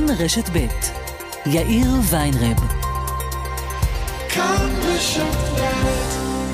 כאן רשת ב' יאיר ויינרב. כאן רשת ב'.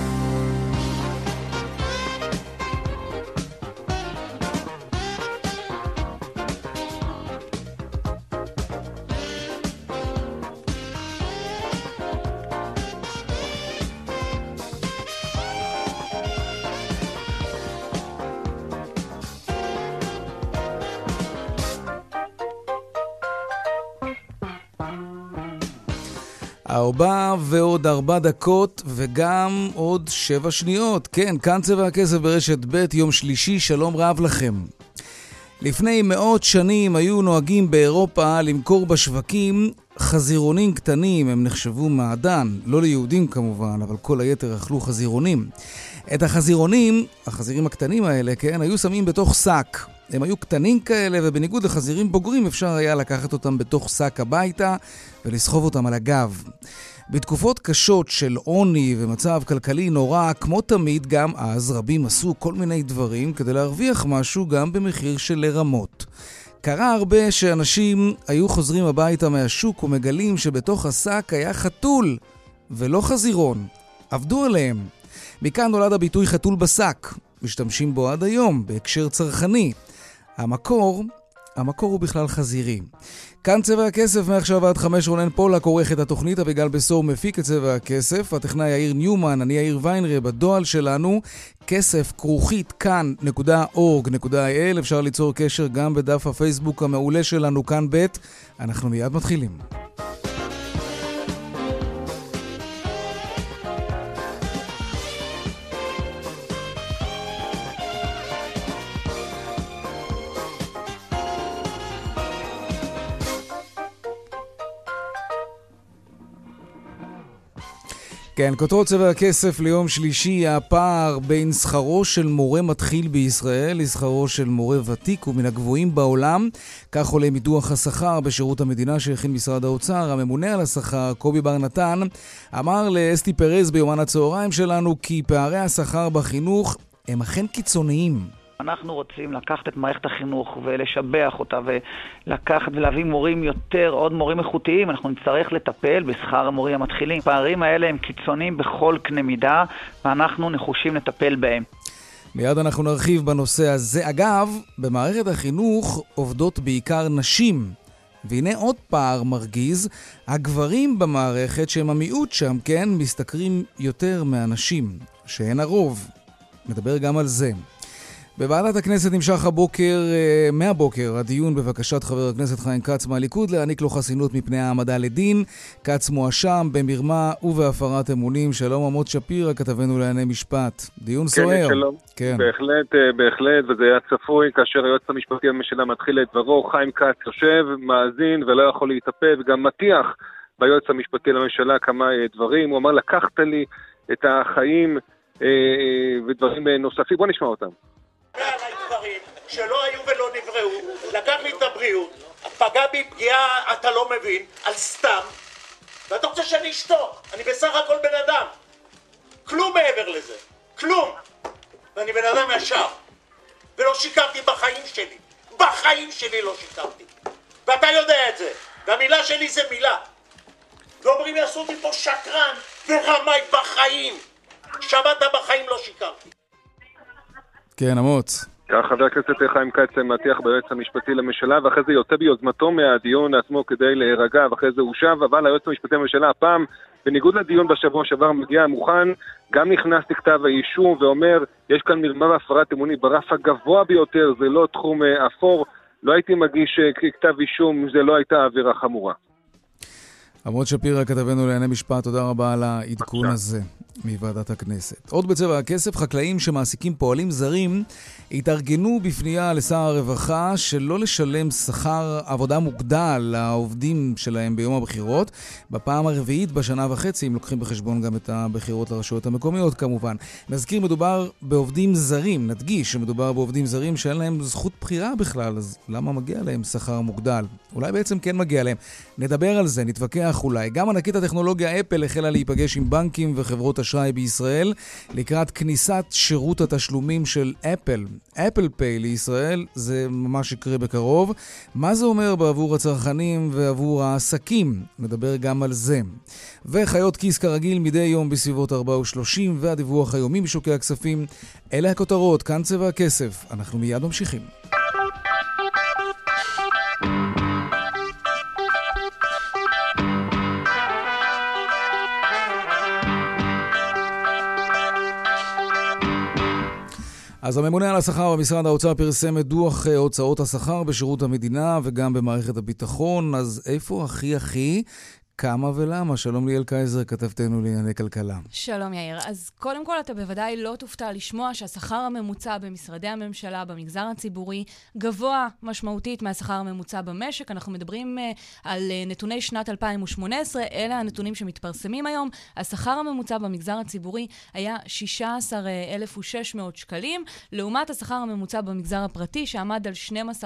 ארבע ועוד 4 דקות וגם עוד 7 שניות. כן, כאן צבע הכסף ברשת ב' יום שלישי, שלום רב לכם. לפני מאות שנים היו נוהגים באירופה למכור בשווקים חזירונים קטנים. הם נחשבו מעדן, לא ליהודים כמובן, אבל כל היתר אכלו חזירונים. את החזירונים, החזירים הקטנים האלה, כן, היו שמים בתוך שק. הם היו קטנים כאלה, ובניגוד לחזירים בוגרים אפשר היה לקחת אותם בתוך שק הביתה ולסחוב אותם על הגב. בתקופות קשות של עוני ומצב כלכלי נורא, כמו תמיד גם אז רבים עשו כל מיני דברים כדי להרוויח משהו גם במחיר של רמות. קרה הרבה שאנשים היו חוזרים הביתה מהשוק ומגלים שבתוך השק היה חתול ולא חזירון. עבדו עליהם. מכאן נולד הביטוי חתול בשק. משתמשים בו עד היום בהקשר צרכני. המקור הוא בכלל חזירי. כאן צבע הכסף, מעכשיו עד 5 רונן פולק עורך את התוכנית, אביגל בסור מפיק את צבע הכסף, הטכנאי יאיר ניומן, אני יאיר ויינרב. בדואל שלנו כסף@כאן.org.il. אפשר ליצור קשר גם בדף הפייסבוק המעולה שלנו כאן ב'. אנחנו מיד מתחילים. כן, כותרות צבע הכסף ליום שלישי. הפער בין שכרו של מורה מתחיל בישראל לשכרו של מורה ותיק ומן הגבוהים בעולם. כך עולה מדוח השכר בשירות המדינה שהכין משרד האוצר. הממונה על השכר, קובי בר נתן, אמר לאסתי פרז ביומן הצהריים שלנו כי פערי השכר בחינוך הם אכן קיצוניים. אנחנו רוצים לקחת את מערכת החינוך ולשבח אותה ולקחת ולהביא מורים יותר, עוד מורים איכותיים. אנחנו נצטרך לטפל בשכר המורים המתחילים. הפערים האלה הם קיצוניים בכל קנה מידה ואנחנו נחושים לטפל בהם. מיד אנחנו נרחיב בנושא הזה. אגב, במערכת החינוך עובדות בעיקר נשים. והנה עוד פער מרגיז, הגברים במערכת שהם המיעוט שם, כן, משתכרים יותר מהנשים, שהן הרוב. נדבר גם על זה. בוועדת הכנסת נמשך מהבוקר הדיון בבקשת חבר הכנסת חיים כץ מהליכוד להעניק לו חסינות מפני העמדה לדין. כץ מואשם במרמה ובהפרת אמונים. שלום עמוד שפירא, כתבנו לענייני משפט. דיון סוער. כן, שלום. כן. בהחלט, וזה היה צפוי כאשר היועץ המשפטי לממשלה מתחיל את דברו. חיים כץ יושב, מאזין ולא יכול להתאפק, וגם מטיח ביועץ המשפטי לממשלה כמה דברים. הוא אמר, לקחת לי את החיים ודברים נוספים. בוא נשמע אותם. עליי דברים שלא היו ולא נבראו, לקח לי את הבריאות, פגע בי פגיעה, אתה לא מבין, על סתם, ואתה רוצה שאני אשתוק. אני בסך הכל בן אדם, כלום מעבר לזה, כלום. ואני בן אדם ישר, ולא שיקרתי בחיים שלי לא שיקרתי, ואתה יודע את זה, והמילה שלי זה מילה. ואומרים יעשו אותי פה שקרן ורמאי בחיים. שמעת, בחיים לא שיקרתי. כן, אמוץ. כך חבר הכנסת חיים כץ מטיח ביועץ המשפטי לממשלה, ואחרי זה יוצא ביוזמתו מהדיון עצמו כדי להירגע, ואחרי זה הוא שב, אבל היועץ המשפטי לממשלה הפעם, בניגוד לדיון בשבוע שעבר, מגיע מוכן, גם נכנס לכתב האישום ואומר, יש כאן מרמה והפרת אמונים ברף הגבוה ביותר, זה לא תחום אפור, לא הייתי מגיש כתב אישום אם זה לא הייתה עבירה חמורה. עמוד שפירא, כתבנו לענייני משפט, תודה רבה על העדכון הזה מוועדת הכנסת. עוד בצבע הכסף, חקלאים שמעסיקים פועלים זרים התארגנו בפנייה לשר הרווחה שלא לשלם שכר עבודה מוגדל לעובדים שלהם ביום הבחירות. בפעם הרביעית בשנה וחצי, אם לוקחים בחשבון גם את הבחירות לרשויות המקומיות כמובן. נזכיר, מדובר בעובדים זרים, נדגיש שמדובר בעובדים זרים שאין להם זכות בחירה בכלל, אז למה מגיע להם שכר מוגדל? אולי בעצם כן מגיע להם. נדבר על זה, נתווכח אולי. גם ענקית הטכנולוגיה אפל החלה להיפגש עם בנקים וחברות האשראי בישראל לקראת כניסת שירות התשלומים של אפל. אפל פיי לישראל זה ממש יקרה בקרוב. מה זה אומר בעבור הצרכנים ועבור העסקים? נדבר גם על זה. וחיות כיס כרגיל מדי יום בסביבות 4:30 והדיווח היומי בשוקי הכספים. אלה הכותרות, כאן צבע הכסף. אנחנו מיד ממשיכים. אז הממונה על השכר במשרד האוצר פרסם את דוח הוצאות השכר בשירות המדינה וגם במערכת הביטחון. אז איפה הכי כמה ולמה? שלום ליאל קייזר, כתבתנו לענייני כלכלה. שלום יאיר. אז קודם כל אתה בוודאי לא תופתע לשמוע שהשכר הממוצע במשרדי הממשלה, במגזר הציבורי, גבוה משמעותית מהשכר הממוצע במשק. אנחנו מדברים על נתוני שנת 2018, אלה הנתונים שמתפרסמים היום. השכר הממוצע במגזר הציבורי היה 16,600 שקלים, לעומת השכר הממוצע במגזר הפרטי שעמד על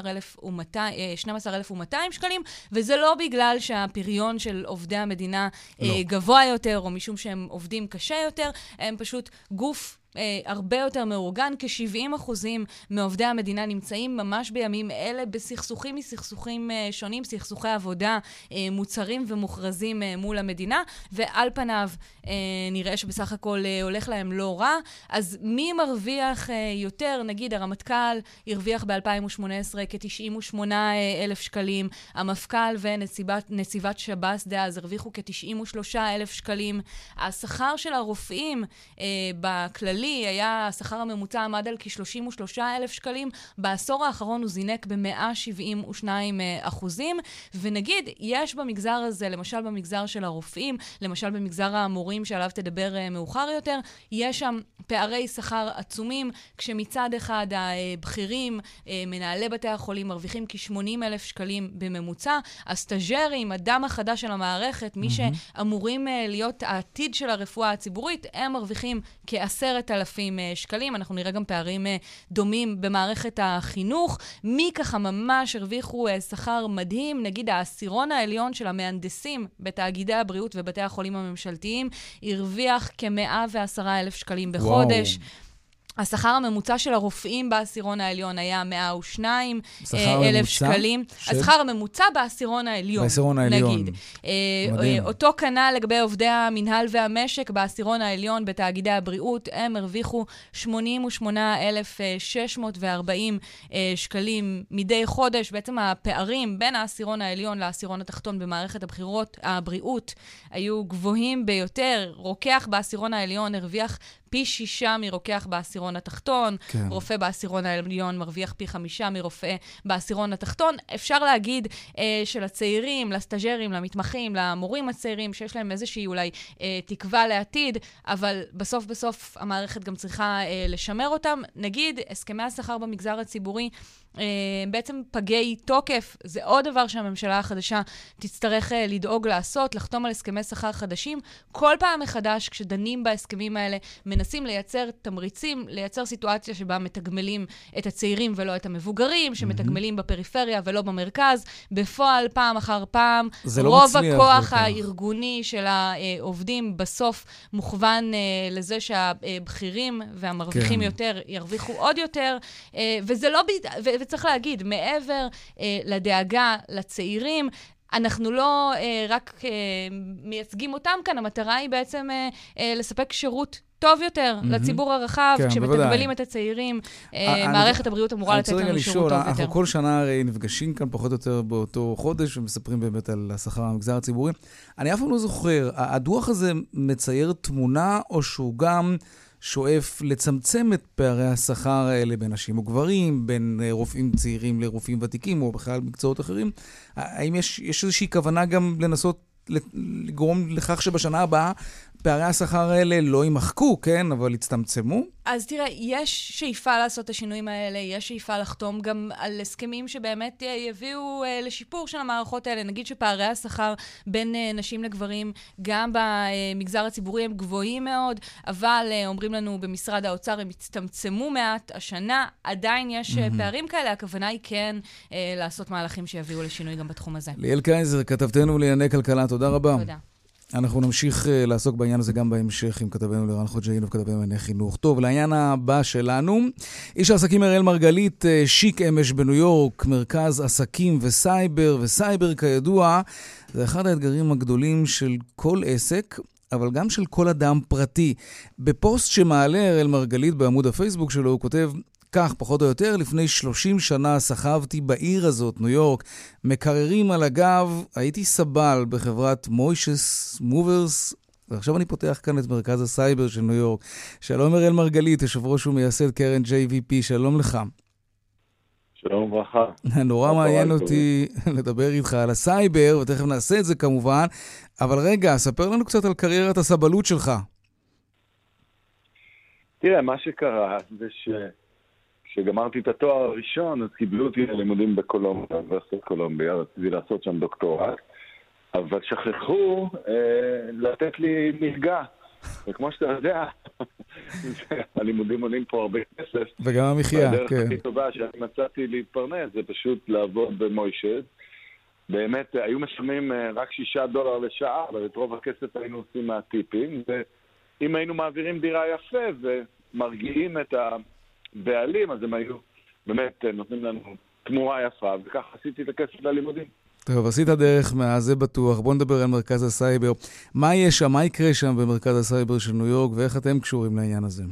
12,200 שקלים, וזה לא בגלל שהפריון של עובדי המדינה גבוה יותר, או משום שהם עובדים קשה יותר, הם פשוט גוף הרבה יותר מאורגן. כ-70% מעובדי המדינה נמצאים ממש בימים אלה בסכסוכים מסכסוכים שונים, סכסוכי עבודה מוצרים ומוכרזים מול המדינה, ועל פניו נראה שבסך הכל הולך להם לא רע. אז מי מרוויח יותר? נגיד הרמטכ"ל הרוויח ב-2018 כ-98,000 שקלים, המפכ"ל ונציבת שב"ס דאז הרוויחו כ-93,000 שקלים. השכר של הרופאים בכללי היה, השכר הממוצע עמד על כ-33,000 שקלים, בעשור האחרון הוא זינק ב-172%, ונגיד, יש במגזר הזה, למשל במגזר של הרופאים, למשל במגזר המורים שעליו תדבר מאוחר יותר, יש שם פערי שכר עצומים, כשמצד אחד הבכירים, מנהלי בתי החולים, מרוויחים כ-80,000 שקלים בממוצע, הסטאג'רים, הדם החדש של המערכת, מי שאמורים להיות העתיד של הרפואה הציבורית, הם מרוויחים כ10,000 שקלים. אנחנו נראה גם פערים דומים במערכת החינוך. מי ככה ממש הרוויחו שכר מדהים, נגיד העשירון העליון של המהנדסים בתאגידי הבריאות ובתי החולים הממשלתיים, הרוויח כ110,000 שקלים בחודש. השכר הממוצע של הרופאים בעשירון העליון היה 102,000 שקלים. השכר הממוצע בעשירון העליון, נגיד. אותו כנ"ל לגבי עובדי המנהל והמשק בעשירון העליון בתאגידי הבריאות, הם הרוויחו 88,640 שקלים מדי חודש. בעצם הפערים בין העשירון העליון לעשירון התחתון במערכת הבריאות היו גבוהים ביותר. רוקח בעשירון העליון הרוויח פי 6 מרוקח בעשירון התחתון, כן. רופא בעשירון העליון מרוויח פי 5 מרופא בעשירון התחתון. אפשר להגיד שלצעירים, לסטאג'רים, למתמחים, למורים הצעירים, שיש להם איזושהי אולי תקווה לעתיד, אבל בסוף המערכת גם צריכה לשמר אותם. נגיד, הסכמי השכר במגזר הציבורי, בעצם פגי תוקף, זה עוד דבר שהממשלה החדשה תצטרך לדאוג לעשות, לחתום על הסכמי שכר חדשים. כל פעם מחדש, כשדנים בהסכמים האלה, מנסים לייצר תמריצים, לייצר סיטואציה שבה מתגמלים את הצעירים ולא את המבוגרים, שמתגמלים בפריפריה ולא במרכז. בפועל, פעם אחר פעם, רוב הכוח הארגוני של העובדים בסוף מוכוון לזה שהבכירים והמרוויחים יותר ירוויחו עוד יותר, וזה לא וצריך להגיד, מעבר לדאגה לצעירים, אנחנו לא רק מייצגים אותם כאן, המטרה היא בעצם לספק שירות טוב יותר לציבור הרחב, כשמתגמלים את הצעירים, מערכת הבריאות אמורה לתת לנו שירות טוב יותר. אנחנו כל שנה הרי נפגשים כאן פחות או יותר באותו חודש, ומספרים באמת על השכר המגזר הציבורי. אני אף פעם לא זוכר, הדוח הזה מצייר תמונה, או שהוא גם שואף לצמצם את פערי השכר האלה בין נשים וגברים, בין רופאים צעירים לרופאים ותיקים, או בכלל מקצועות אחרים? האם יש איזושהי כוונה גם לנסות לגרום לכך שבשנה הבאה פערי השכר האלה לא יימחקו, כן, אבל יצטמצמו? אז תראה, יש שאיפה לעשות את השינויים האלה, יש שאיפה לחתום גם על הסכמים שבאמת יביאו לשיפור של המערכות האלה. נגיד שפערי השכר בין נשים לגברים, גם במגזר הציבורי הם גבוהים מאוד, אבל אומרים לנו במשרד האוצר הם הצטמצמו מעט השנה, עדיין יש פערים כאלה, הכוונה היא כן לעשות מהלכים שיביאו לשינוי גם בתחום הזה. ליאל קייזר, כתבתנו לענייני כלכלה, תודה רבה. תודה. אנחנו נמשיך לעסוק בעניין הזה גם בהמשך עם כתבנו לירן חוג'אינוב, כתבנו לענייני חינוך. טוב, לעניין הבא שלנו, איש העסקים אראל מרגלית שיק אמש בניו יורק, מרכז עסקים וסייבר, וסייבר כידוע זה אחד האתגרים הגדולים של כל עסק, אבל גם של כל אדם פרטי. בפוסט שמעלה אראל מרגלית בעמוד הפייסבוק שלו, הוא כותב כך, פחות או יותר, לפני 30 שנה סחבתי בעיר הזאת, ניו יורק, מקררים על הגב, הייתי סבל בחברת מוישס מוברס, ועכשיו אני פותח כאן את מרכז הסייבר של ניו יורק. שלום אראל מרגלית, יושב ראש ומייסד קרן JVP, שלום לך. שלום וברכה. נורא מעניין אותי לדבר איתך על הסייבר, ותכף נעשה את זה כמובן, אבל רגע, ספר לנו קצת על קריירת הסבלות שלך. תראה, מה שקרה זה כשגמרתי את התואר הראשון, אז קיבלו אותי ללימודים בקולומביה, באוניברסיטת קולומביה, רציתי לעשות שם דוקטורט, אבל שכחו לתת לי מלגה. וכמו שאתה יודע, הלימודים עולים פה הרבה כסף. וגם המחיה, כן. והדרך הכי טובה שאני מצאתי להתפרנס, זה פשוט לעבוד במוישז. באמת, היו משלמים רק $6 לשעה, אבל את רוב הכסף היינו עושים מהטיפים, ואם היינו מעבירים דירה יפה ומרגיעים את הבעלים, אז הם היו באמת נותנים לנו תמורה יפה, וכך עשיתי את הכסף ללימודים. טוב, עשית דרך זה בטוח. בוא נדבר על מרכז הסייבר. מה יש שם, מה יקרה שם במרכז הסייבר של ניו יורק, ואיך אתם קשורים לעניין הזה?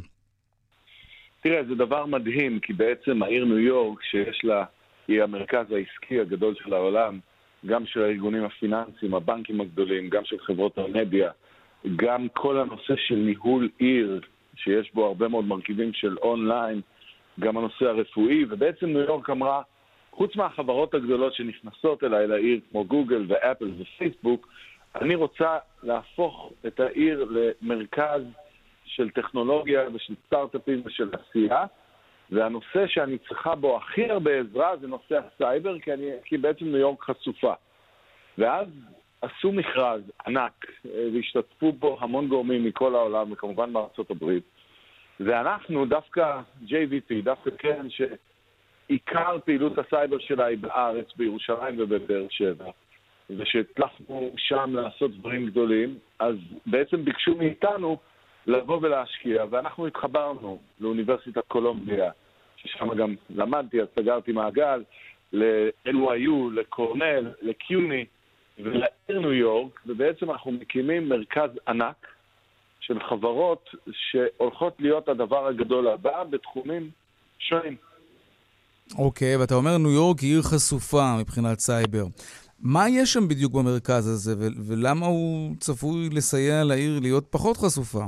תראה, זה דבר מדהים, כי בעצם העיר ניו יורק, שיש לה, היא המרכז העסקי הגדול של העולם, גם של הארגונים הפיננסיים, הבנקים הגדולים, גם של חברות המדיה, גם כל הנושא של ניהול עיר, שיש בו הרבה מאוד מרכיבים של אונליין, גם הנושא הרפואי, ובעצם ניו יורק אמרה, חוץ מהחברות הגדולות שנכנסות אליי לעיר, כמו גוגל ואפל ופייסבוק, אני רוצה להפוך את העיר למרכז של טכנולוגיה ושל סטארט-אפים ושל עשייה, והנושא שאני צריכה בו הכי הרבה עזרה זה נושא הסייבר, כי בעצם ניו יורק חשופה. ואז עשו מכרז ענק, והשתתפו בו המון גורמים מכל העולם, וכמובן בארצות הברית. ואנחנו דווקא JVP, דווקא קרן שעיקר פעילות הסייבר שלה היא בארץ, בירושלים ובבאר שבע, ושהצלחנו שם לעשות דברים גדולים, אז בעצם ביקשו מאיתנו לבוא ולהשקיע, ואנחנו התחברנו לאוניברסיטת קולומביה, ששם גם למדתי, אז סגרתי מעגל, ל-NYU, לקורנל, לקיוני ולעיר ניו יורק, ובעצם אנחנו מקימים מרכז ענק של חברות שהולכות להיות הדבר הגדול הבא בתחומים שונים. אוקיי, ואתה אומר ניו יורק היא עיר חשופה מבחינת סייבר. מה יש שם בדיוק במרכז הזה, ולמה הוא צפוי לסייע לעיר להיות פחות חשופה?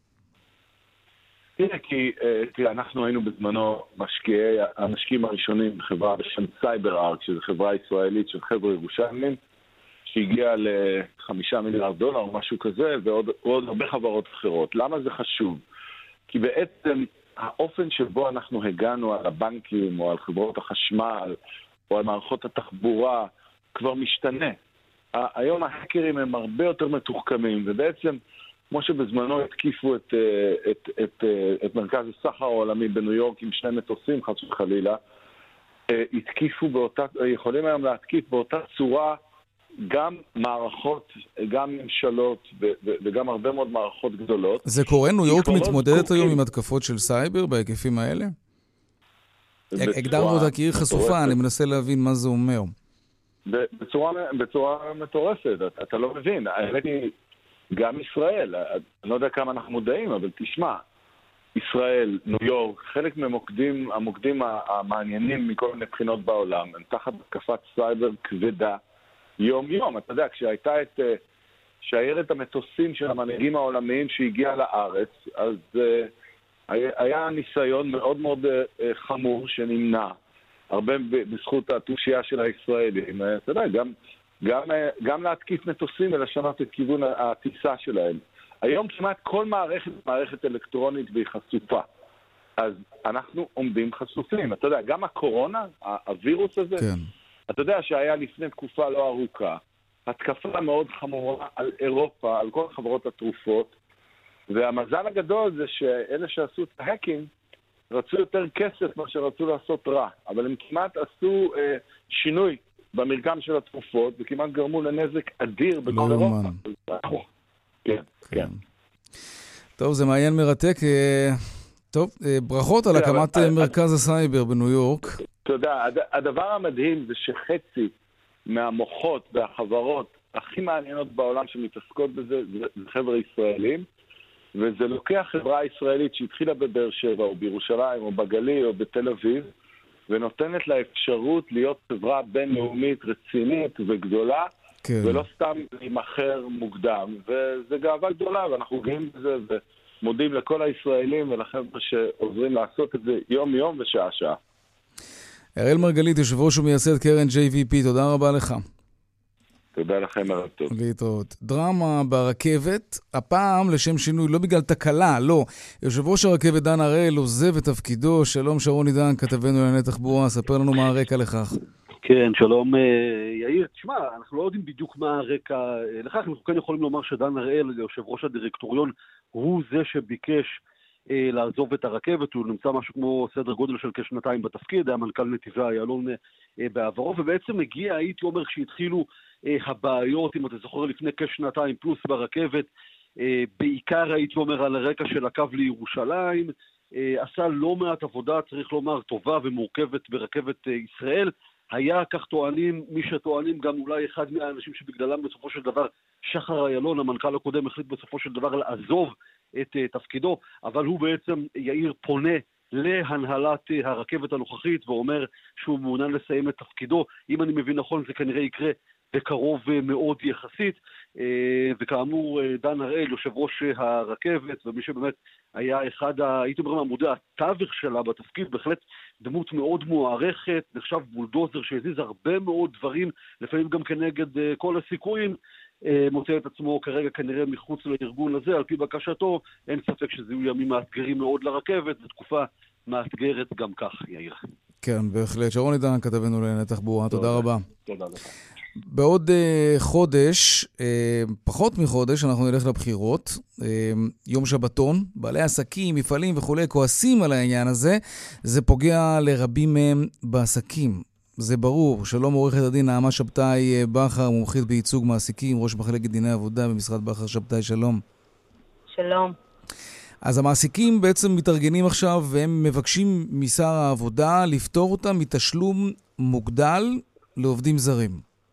תראה, כי אנחנו היינו בזמנו המשקיעים הראשונים בחברה בשם סייבר ארק, שזו חברה ישראלית של חבר'ה ירושלמים, שהגיעה ל$5 מיליארד או משהו כזה, ועוד הרבה חברות אחרות. למה זה חשוב? כי בעצם האופן שבו אנחנו הגענו על הבנקים, או על חברות החשמל, או על מערכות התחבורה, כבר משתנה. היום ההקרים הם הרבה יותר מתוחכמים, ובעצם, כמו שבזמנו התקיפו את מרכז הסחר העולמי בניו יורק עם 2 מטוסים, חס וחלילה, יכולים היום להתקיף באותה צורה גם מערכות, גם ממשלות וגם הרבה מאוד מערכות גדולות. זה קורה? ניו יורק מתמודדת היום עם התקפות של סייבר בהיקפים האלה? הגדרנו אותה כעיר חשופה, אני מנסה להבין מה זה אומר. בצורה מטורפת, אתה לא מבין. האמת היא, גם ישראל, אני לא יודע כמה אנחנו מודעים, אבל תשמע, ישראל, ניו יורק, חלק מהמוקדים המעניינים מכל מיני בחינות בעולם, הם תחת התקפת סייבר כבדה יום-יום. אתה יודע, כשהייתה שיירת המטוסים של המנהיגים העולמיים שהגיעה לארץ, אז היה ניסיון מאוד מאוד חמור שנמנע, הרבה בזכות התושייה של הישראלים. אתה יודע, גם להתקיף מטוסים ולשנות את כיוון הטיסה שלהם. היום כמעט כל מערכת אלקטרונית והיא חשופה. אז אנחנו עומדים חשופים. אתה יודע, גם הקורונה, הווירוס הזה, כן. אתה יודע שהיה לפני תקופה לא ארוכה, התקפה מאוד חמורה על אירופה, על כל חברות התרופות, והמזל הגדול זה שאלה שעשו את ההקינג, רצו יותר כסף מה שרצו לעשות רע, אבל הם כמעט עשו שינוי במרקם של התרופות, וכמעט גרמו לנזק אדיר בכל אירופה. כן, כן. טוב, זה מעניין מרתק. טוב, ברכות על הקמת מרכז הסייבר בניו יורק. תודה. הדבר המדהים זה שחצי מהמוחות והחברות הכי מעניינות בעולם שמתעסקות בזה זה חבר'ה ישראלים, וזה לוקח חברה ישראלית שהתחילה בבאר שבע או בירושלים או בגליל או בתל אביב, ונותנת לה אפשרות להיות חברה בינלאומית רצינית וגדולה, כן. ולא סתם להימחר מוקדם, וזה גאווה גדולה, ואנחנו גאים בזה ומודים לכל הישראלים ולחבר'ה שעוזרים לעשות את זה יום יום ושעה שעה. אראל מרגלית, יושב ראש ומייסד קרן JVP, תודה רבה לך. תודה לכם, ערב טוב. להתראות. דרמה ברכבת, הפעם לשם שינוי, לא בגלל תקלה, לא. יושב ראש הרכבת דן הראל עוזב את תפקידו. שלום שרון עידן, כתבנו לענייני תחבורה, ספר לנו מה הרקע לכך. כן, שלום יאיר. תשמע, אנחנו לא יודעים בדיוק מה הרקע לכך, אנחנו כן יכולים לומר שדן הראל, יושב ראש הדירקטוריון, הוא זה שביקש לעזוב את הרכבת. הוא נמצא משהו כמו סדר גודל של כשנתיים בתפקיד, היה מנכ"ל נתיבי איילון בעברו, ובעצם הגיע, הייתי אומר, כשהתחילו הבעיות, אם אתה זוכר, לפני כשנתיים פלוס ברכבת, בעיקר הייתי אומר על הרקע של הקו לירושלים, עשה לא מעט עבודה, צריך לומר, טובה ומורכבת ברכבת ישראל. היה, כך טוענים, מי שטוענים גם אולי אחד מהאנשים שבגללם בסופו של דבר שחר איילון, המנכ"ל הקודם, החליט בסופו של דבר לעזוב את תפקידו, אבל הוא בעצם, יאיר, פונה להנהלת הרכבת הנוכחית ואומר שהוא מעוניין לסיים את תפקידו. אם אני מבין נכון, זה כנראה יקרה בקרוב מאוד יחסית, וכאמור דן הראל, יושב ראש הרכבת, ומי שבאמת היה אחד, הייתי אומר, עמודי התווך שלה בתפקיד, בהחלט דמות מאוד מוערכת, נחשב בולדוזר שהזיז הרבה מאוד דברים, לפעמים גם כנגד כל הסיכויים, מוצא את עצמו כרגע כנראה מחוץ לארגון הזה, על פי בקשתו. אין ספק שזה יהיו ימים מאתגרים מאוד לרכבת, זו תקופה מאתגרת גם כך, יאיר. כן, בהחלט. שרון עידן, כתבנו לענייני תחבורה, תודה רבה. תודה לך. בעוד חודש, פחות מחודש, אנחנו נלך לבחירות. יום שבתון, בעלי עסקים, מפעלים וכו' כועסים על העניין הזה. זה פוגע לרבים מהם בעסקים. זה ברור. שלום עורכת הדין נעמה שבתאי בכר, מומחית בייצוג מעסיקים, ראש מחלקת דיני עבודה במשרד בכר שבתאי, שלום. שלום. אז המעסיקים בעצם מתארגנים עכשיו והם מבקשים משר העבודה לפטור אותם מתשלום מוגדל לעובדים זרים.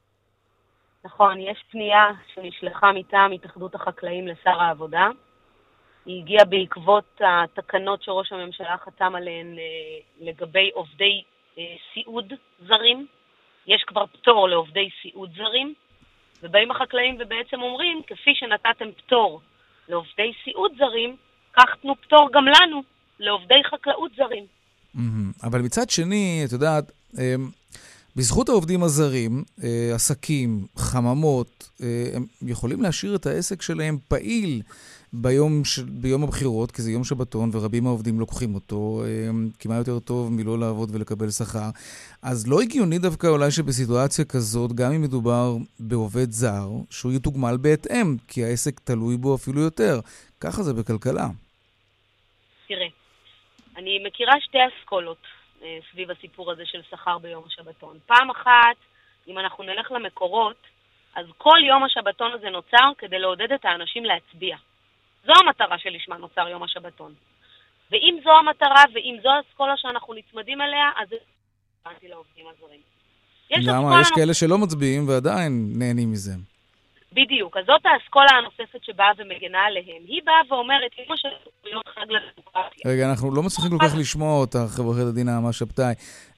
נכון, יש פנייה שנשלחה מטעם התאחדות החקלאים לשר העבודה. היא הגיעה בעקבות התקנות שראש הממשלה חתם עליהן לגבי עובדי סיעוד זרים. יש כבר פטור לעובדי סיעוד זרים, ובאים החקלאים ובעצם אומרים, כפי שנתתם פטור לעובדי סיעוד זרים, כך תנו פטור גם לנו, לעובדי חקלאות זרים. אבל מצד שני, את יודעת, בזכות העובדים הזרים, עסקים, חממות, הם יכולים להשאיר את העסק שלהם פעיל ביום הבחירות, כי זה יום שבתון, ורבים מהעובדים לוקחים אותו, כמעט יותר טוב מלא לעבוד ולקבל שכר. אז לא הגיוני דווקא אולי שבסיטואציה כזאת, גם אם מדובר בעובד זר, שהוא יתוגמל בהתאם, כי העסק תלוי בו אפילו יותר. ככה זה בכלכלה. תראה, אני מכירה שתי אסכולות סביב הסיפור הזה של שכר ביום השבתון. פעם אחת, אם אנחנו נלך למקורות, אז כל יום השבתון הזה נוצר כדי לעודד את האנשים להצביע. זו המטרה שלשמה נוצר יום השבתון. ואם זו המטרה, ואם זו האסכולה שאנחנו נצמדים אליה, אז זה נתתי לעובדים הזרים. למה? יש כאלה שלא מצביעים ועדיין נהנים מזה. בדיוק. אז זאת האסכולה הנוספת שבאה ומגנה עליהם. היא באה ואומרת, יום השבתון יום חג לדמוקרטיה. רגע, אנחנו לא מצליחים כל כך לשמוע אותך, עורכת הדין נעמה שבתאי.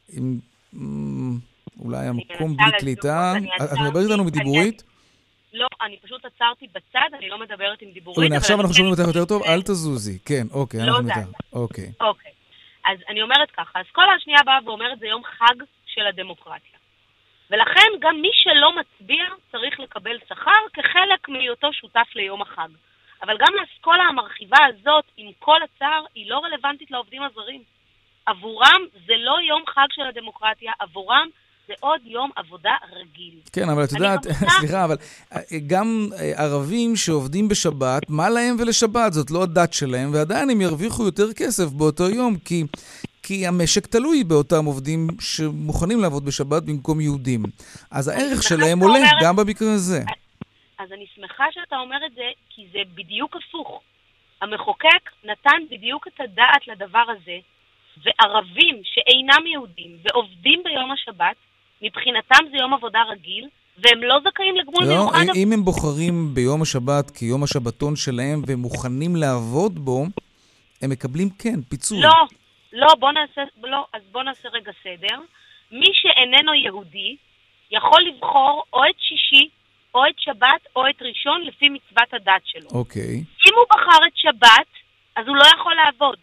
אולי המקום בלי קליטה. את מדברת איתנו בדיבורית? לא, אני פשוט עצרתי בצד, אני לא מדברת עם דיבורית. הנה, עכשיו אנחנו שומעים אותך יותר טוב, אל תזוזי. כן, אוקיי, אנחנו איתך. אוקיי. אז אני אומרת ככה, האסכולה השנייה באה ואומרת, זה יום חג של הדמוקרטיה. ולכן גם מי שלא מצביע צריך לקבל שכר כחלק מהיותו שותף ליום החג. אבל גם האסכולה המרחיבה הזאת, עם כל הצער, היא לא רלוונטית לעובדים הזרים. עבורם זה לא יום חג של הדמוקרטיה, עבורם זה עוד יום עבודה רגיל. כן, אבל את יודעת, סליחה, אבל גם ערבים שעובדים בשבת, מה להם ולשבת? זאת לא הדת שלהם, ועדיין הם ירוויחו יותר כסף באותו יום, כי המשק תלוי באותם עובדים שמוכנים לעבוד בשבת במקום יהודים. אז הערך שלהם עולה גם במקרה הזה. אז אני שמחה שאתה אומר את זה, כי זה בדיוק הפוך. המחוקק נתן בדיוק את הדעת לדבר הזה, וערבים שאינם יהודים ועובדים ביום השבת, מבחינתם זה יום עבודה רגיל, והם לא זכאים לגמול מיוחד. אם הם בוחרים ביום השבת כיום השבתון שלהם והם מוכנים לעבוד בו, הם מקבלים פיצוי. אז בוא נעשה רגע סדר. מי שאיננו יהודי יכול לבחור או את שישי, או את שבת, או את ראשון, לפי מצוות הדת שלו. אוקיי. אם הוא בחר את שבת, אז הוא לא יכול לעבוד.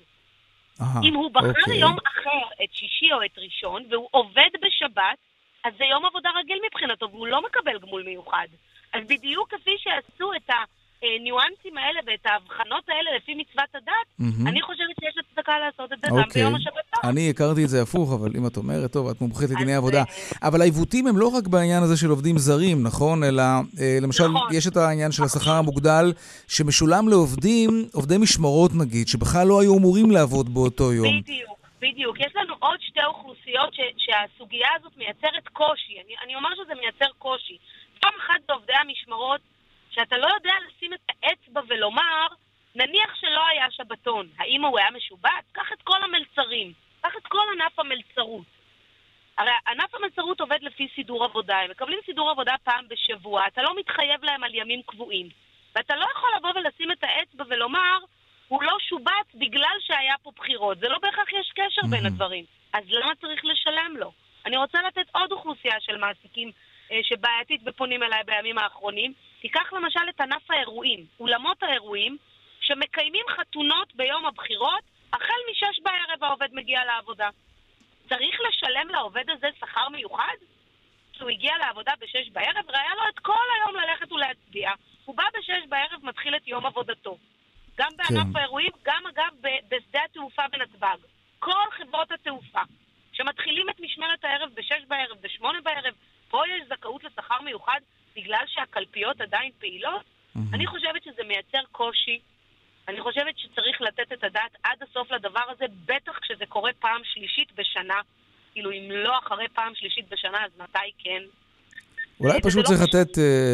אם הוא בחר יום אחר, את שישי או את ראשון, והוא עובד בשבת, אז זה יום עבודה רגיל מבחינתו, והוא לא מקבל גמול מיוחד. אז בדיוק כפי שעשו את הניואנסים האלה ואת ההבחנות האלה לפי מצוות הדת, אני חושבת שיש הצדקה לעשות את זה גם ביום השבתון. אני הכרתי את זה הפוך, אבל אם את אומרת, טוב, את מומחית לדיני עבודה. אבל העיוותים הם לא רק בעניין הזה של עובדים זרים, נכון? אלא, למשל, יש את העניין של השכר המוגדל, שמשולם עובדי משמרות נגיד, שבכלל לא היו אמורים לעבוד באותו יום. בדיוק. יש לנו עוד שתי אוכלוסיות שהסוגיה הזאת מייצרת קושי. אני אומר שזה מייצר קושי. פעם אחת בעובדי המשמרות, שאתה לא יודע לשים את האצבע ולומר, נניח שלא היה שבתון, האם הוא היה משובט? קח את כל המלצרים, קח את כל ענף המלצרות. הרי ענף המלצרות עובד לפי סידור עבודה, הם מקבלים סידור עבודה פעם בשבוע, אתה לא מתחייב להם על ימים קבועים, ואתה לא יכול לבוא ולשים את האצבע ולומר, הוא לא שובט בגלל שהיה פה בחירות, זה לא בהכרח יש קשר בין הדברים, אז למה צריך לשלם לו? אני רוצה לתת עוד אוכלוסייה של מעסיקים שבעייתית ופונים אליי בימים האחרונים, תיקח למשל את ענף האירועים, אולמות האירועים, שמקיימים חתונות ביום הבחירות, החל מ6 בערב העובד מגיע לעבודה. צריך לשלם לעובד הזה שכר מיוחד? כשהוא הגיע לעבודה ב6 בערב, ראה לו את כל היום ללכת ולהצביע. הוא בא ב6 בערב, מתחיל את יום עבודתו. גם בענף האירועים, גם אגב בשדה התעופה בנתב"ג. כל חברות התעופה, שמתחילים את משמרת הערב ב6 בערב, ב8 בערב, פה יש זכאות לשכר מיוחד, בגלל שהקלפיות עדיין פעילות, אני חושבת שזה מייצר קושי. אני חושבת שצריך לתת את הדעת עד הסוף לדבר הזה, בטח כשזה קורה פעם שלישית בשנה. כאילו, אם לא אחרי פעם שלישית בשנה, אז מתי כן? אולי פשוט צריך לתת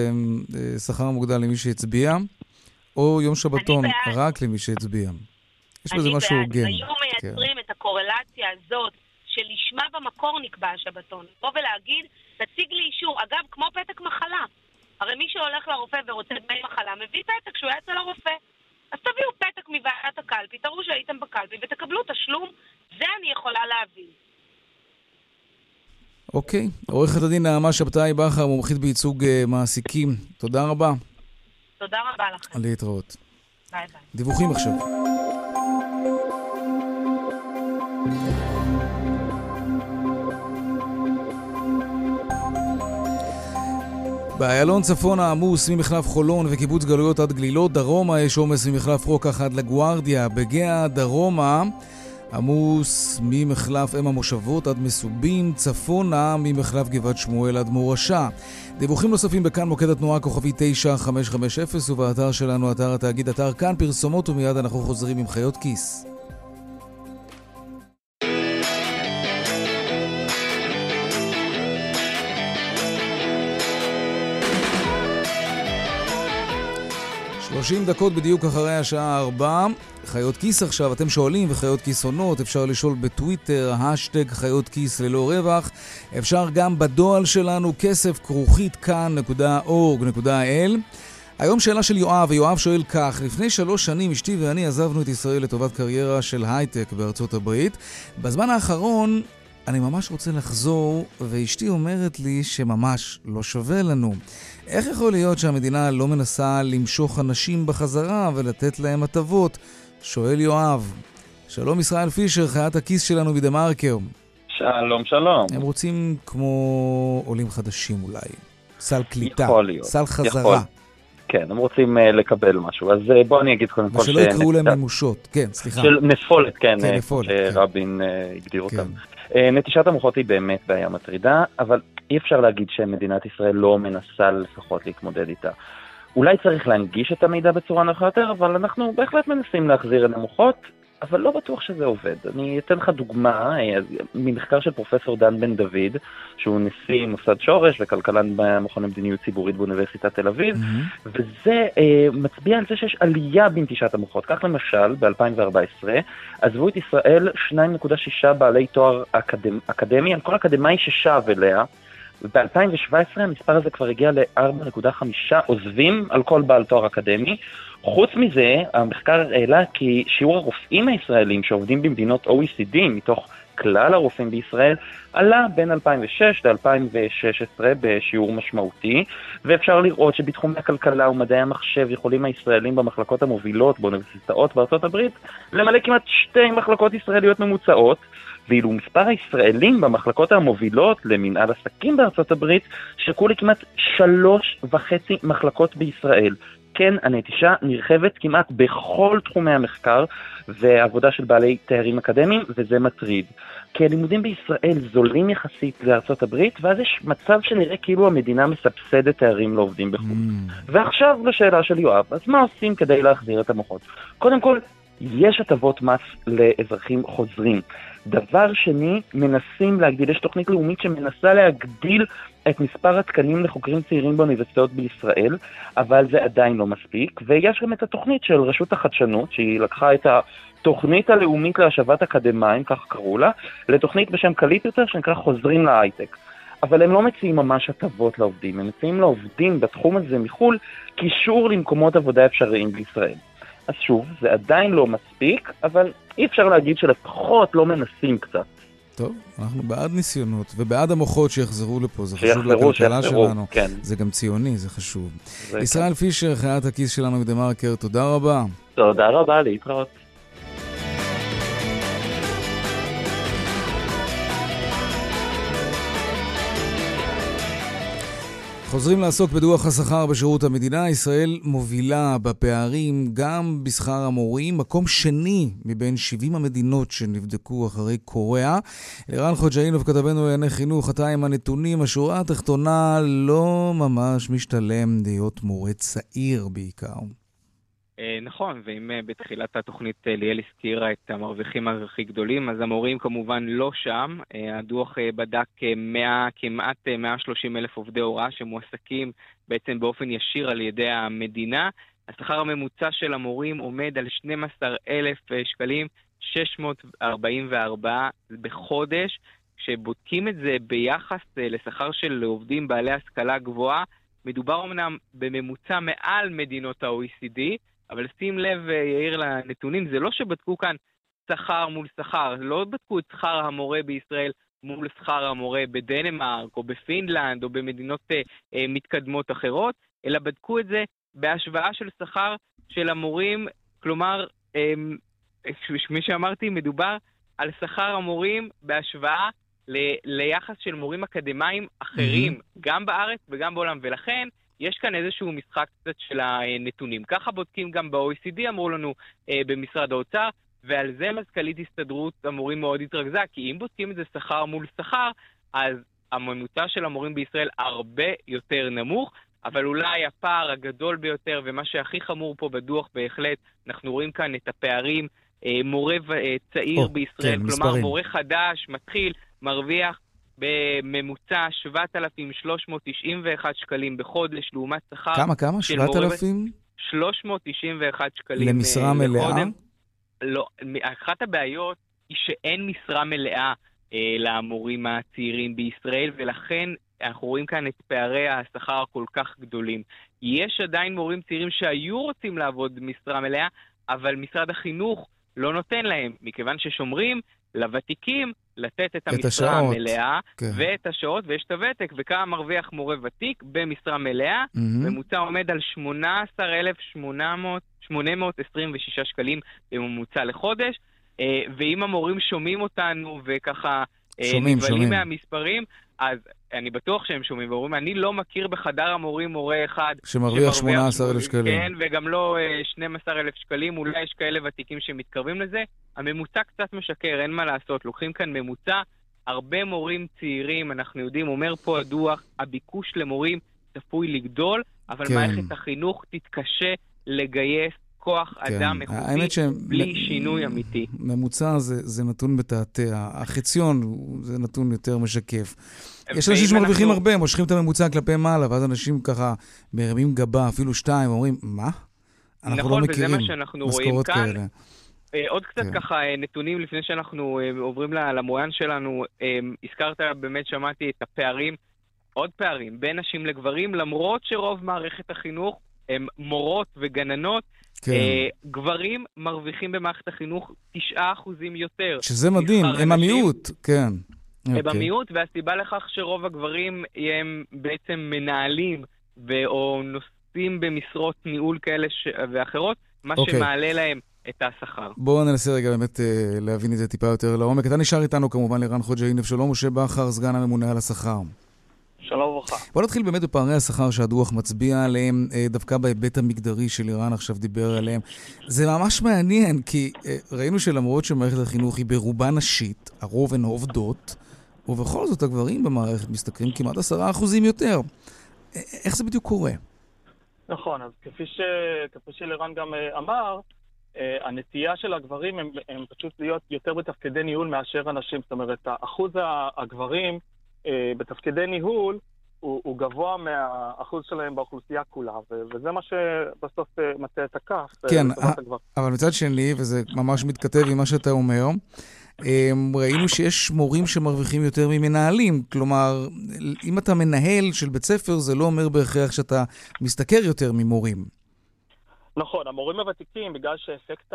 שכר מוגדל למי שהצביע, או יום שבתון רק למי שהצביע. יש בזה משהו הוגן. היו מייצרים את הקורלציה הזאת, שלשמה במקור נקבע השבתון. בוא ולהגיד, תציג לי אישור. אגב, כמו פתק מחלה. הרי מי שהולך לרופא ורוצה דמי מחלה, מביא פתק שהוא היה אצל הרופא. אז תביאו פתק מוועדת הקלפי, תראו שהייתם בקלפי ותקבלו תשלום, זה אני יכולה להבין. אוקיי. עורכת הדין נעמה שבתאי בכר, מומחית בייצוג מעסיקים. תודה רבה. תודה רבה לכם. להתראות. ביי ביי. דיווחים עכשיו. באיילון צפון העמוס ממחלף חולון וקיבוץ גלויות עד גלילות, דרומה יש עומס ממחלף רוקח עד לגוארדיה, בגאה דרומה עמוס ממחלף אם המושבות עד מסובים, צפונה ממחלף גבעת שמואל עד מורשה. דיווחים נוספים בכאן מוקד התנועה כוכבי 9550 ובאתר שלנו, אתר התאגיד, אתר כאן פרסומות, ומיד אנחנו חוזרים עם חיות כיס. דקות בדיוק אחרי השעה 4. חיות כיס עכשיו, אתם שואלים, וחיות כיס עונות, אפשר לשאול בטוויטר, השטג חיות כיס ללא רווח. אפשר גם בדואל שלנו, כסף@כאן.org.il. היום שאלה של יואב, ויואב שואל כך: לפני 3 שנים אשתי ואני עזבנו את ישראל לטובת קריירה של הייטק בארצות הברית. בזמן האחרון אני ממש רוצה לחזור, ואשתי אומרת לי שממש לא שווה לנו. איך יכול להיות שהמדינה לא מנסה למשוך אנשים בחזרה ולתת להם הטבות? שואל יואב. שלום ישראל פישר, חיית הכיס שלנו בדמרקר. שלום, שלום. הם רוצים כמו עולים חדשים אולי. סל קליטה. יכול להיות. סל חזרה. יכול. כן, הם רוצים לקבל משהו. אז בוא אני אגיד קודם כל ושלא יקראו להם ממושות. כן, סליחה. של נפולת, כן. כן, נפולת. שרבין הגדיר אותם. נטישת המוחות היא באמת בעיה מטרידה, אבל אי אפשר להגיד שמדינת ישראל לא מנסה לפחות להתמודד איתה. אולי צריך להנגיש את המידע בצורה נוחה יותר, אבל אנחנו בהחלט מנסים להחזיר את המוחות. אבל לא בטוח שזה עובד. אני אתן לך דוגמה, ממחקר של פרופסור דן בן דוד, שהוא נשיא מוסד שורש וכלכלן במכון למדיניות ציבורית באוניברסיטת תל אביב, וזה מצביע על זה שיש עלייה בנטישת המוחות. כך למשל, ב-2014, עזבו את ישראל 2.6 בעלי תואר אקדמי, על כל אקדמאי ששב אליה, וב-2017 המספר הזה כבר הגיע ל-4.5 עוזבים על כל בעל תואר אקדמי. חוץ מזה, המחקר העלה כי שיעור הרופאים הישראלים שעובדים במדינות OECD מתוך כלל הרופאים בישראל עלה בין 2006 ל-2016 בשיעור משמעותי, ואפשר לראות שבתחומי הכלכלה ומדעי המחשב יכולים הישראלים במחלקות המובילות באוניברסיטאות בארצות הברית למלא כמעט 2 מחלקות ישראליות ממוצעות, ואילו מספר הישראלים במחלקות המובילות למנהל עסקים בארצות הברית שרקו לכמעט 3.5 מחלקות בישראל. כן, הנטישה נרחבת כמעט בכל תחומי המחקר והעבודה של בעלי תארים אקדמיים, וזה מטריד. כי הלימודים בישראל זולים יחסית לארצות הברית, ואז יש מצב שנראה כאילו המדינה מסבסדת תארים לעובדים בחו"ל. ועכשיו לשאלה של יואב, אז מה עושים כדי להחזיר את המוחות? קודם כל, יש הטבות מס לאזרחים חוזרים. דבר שני, מנסים להגדיל, יש תוכנית לאומית שמנסה להגדיל את מספר התקנים לחוקרים צעירים באוניברסיטאות בישראל, אבל זה עדיין לא מספיק, ויש גם את התוכנית של רשות החדשנות, שהיא לקחה את התוכנית הלאומית להשבת אקדמיים, כך קראו לה, לתוכנית בשם קליט יותר, שנקרא חוזרים להייטק. אבל הם לא מציעים ממש הטבות לעובדים, הם מציעים לעובדים בתחום הזה מחול, קישור למקומות עבודה אפשריים בישראל. אז שוב, זה עדיין לא מספיק, אבל אי אפשר להגיד שלפחות לא מנסים קצת. טוב, אנחנו בעד ניסיונות, ובעד המוחות שיחזרו לפה, זה חשוב לכלכלה שלנו. כן. זה גם ציוני, זה חשוב. ישראל פישר, חיית הכיס שלנו בדמרקר, תודה רבה. תודה רבה, להתראות. חוזרים לעסוק בדוח השכר בשירות המדינה. ישראל מובילה בפערים גם בשכר המורים, מקום שני מבין 70 המדינות שנבדקו אחרי קוריאה. ערן חוג'אינוב, כתבנו לענייני חינוך, אתה עם הנתונים. השורה התחתונה, לא ממש משתלם להיות מורה צעיר בעיקר. נכון, ואם בתחילת התוכנית ליאל הזכירה את המרוויחים הכי גדולים, אז המורים כמובן לא שם. הדוח בדק כמעט 130,000 עובדי הוראה שמועסקים בעצם באופן ישיר על ידי המדינה. השכר הממוצע של המורים עומד על 12,000 שקלים 644 בחודש. כשבודקים את זה ביחס לשכר של עובדים בעלי השכלה גבוהה, מדובר אמנם בממוצע מעל מדינות ה-OECD, אבל שים לב, יאיר, לנתונים, זה לא שבדקו כאן שכר מול שכר, לא בדקו את שכר המורה בישראל מול שכר המורה בדנמרק או בפינלנד או במדינות מתקדמות אחרות, אלא בדקו את זה בהשוואה של שכר של המורים, כלומר, מי שאמרתי, מדובר על שכר המורים בהשוואה ליחס של מורים אקדמיים אחרים, גם בארץ וגם בעולם, ולכן יש כאן איזשהו משחק קצת של הנתונים. ככה בודקים גם ב-OECD, אמרו לנו במשרד האוצר, ועל זה מזכ"לית הסתדרות המורים מאוד התרכזה, כי אם בודקים את זה שכר מול שכר, אז הממוצע של המורים בישראל הרבה יותר נמוך, אבל אולי הפער הגדול ביותר, ומה שהכי חמור פה בדוח בהחלט, אנחנו רואים כאן את הפערים, מורה צעיר בישראל, כלומר מספרים. מורה חדש, מתחיל, מרוויח, בממוצע 7,391 שקלים בחודש, לעומת שכר כמה? 7,000? 391 שקלים למשרה מלאה? לא, אחת הבעיות היא שאין משרה מלאה למורים הצעירים בישראל, ולכן אנחנו רואים כאן את פערי השכר הכל כך גדולים. יש עדיין מורים צעירים שהיו רוצים לעבוד במשרה מלאה, אבל משרד החינוך לא נותן להם, מכיוון ששומרים לוותיקים לתת את המשרה המלאה, כן. ואת השעות, ויש את הוותק, וכמה מרוויח מורה ותיק במשרה מלאה, ממוצע עומד על 18,826 שקלים בממוצע לחודש, ואם המורים שומעים אותנו וככה נבלים מהמספרים, אז אני בטוח שהם שומעים ואומרים, אני לא מכיר בחדר המורים מורה אחד שמרוויח 18,000 שקלים. כן, וגם לא 12,000 שקלים, אולי יש כאלה ותיקים שמתקרבים לזה. הממוצע קצת משקר, אין מה לעשות. לוקחים כאן ממוצע, הרבה מורים צעירים, אנחנו יודעים, אומר פה הדוח, הביקוש למורים צפוי לגדול, אבל כן. מערכת החינוך תתקשה לגייס כוח אדם איכותי בלי שינוי אמיתי. ממוצע זה נתון בתעתע. החציון זה נתון יותר משקף. יש אנשים שמרוויחים הרבה, מושכים את הממוצע כלפי מעלה, ואז אנשים ככה מרימים גבה, אפילו 2, ואומרים, מה? אנחנו לא מכירים משכורות כאלה. עוד קצת ככה נתונים לפני שאנחנו עוברים למוען שלנו. הזכרת, באמת שמעתי את הפערים, עוד פערים, בין נשים לגברים, למרות שרוב מערכת החינוך הם מורות וגננות, גברים מרוויחים במערכת החינוך 9% יותר. שזה מדהים, הם המיעוט, כן. הם המיעוט, והסיבה לכך שרוב הגברים הם בעצם מנהלים או נושאים במשרות ניהול כאלה ואחרות, מה שמעלה להם את השכר. בואו ננסה רגע באמת להבין את זה טיפה יותר לעומק. אתה נשאר איתנו כמובן לירן חוג'אינוב. שלום, משה בכר, סגן הממונה על השכר. שלום וברכה. בואו נתחיל באמת בפערי השכר שהדוח מצביע עליהם, דווקא בהיבט המגדרי של לירן עכשיו דיבר עליהם. זה ממש מעניין, כי ראינו שלמרות שמערכת החינוך היא ברובה נשית, הרוב הן עובדות, ובכל זאת הגברים במערכת מסתכלים כמעט 10% יותר. איך זה בדיוק קורה? נכון, אז כפי שלירן גם אמר, הנטייה של הגברים הם פשוט להיות יותר בתפקידי ניהול מאשר אנשים. זאת אומרת, אחוז הגברים בתפקידי ניהול הוא גבוה מהאחוז שלהם באוכלוסייה כולה, וזה מה שבסוף מטה את הכף. כן, אבל מצד שני, וזה ממש מתכתב עם מה שאתה אומר, ראינו שיש מורים שמרוויחים יותר ממנהלים. כלומר, אם אתה מנהל של בית ספר, זה לא אומר בהכרח שאתה משתכר יותר ממורים. נכון, המורים הוותיקים, בגלל שאפקט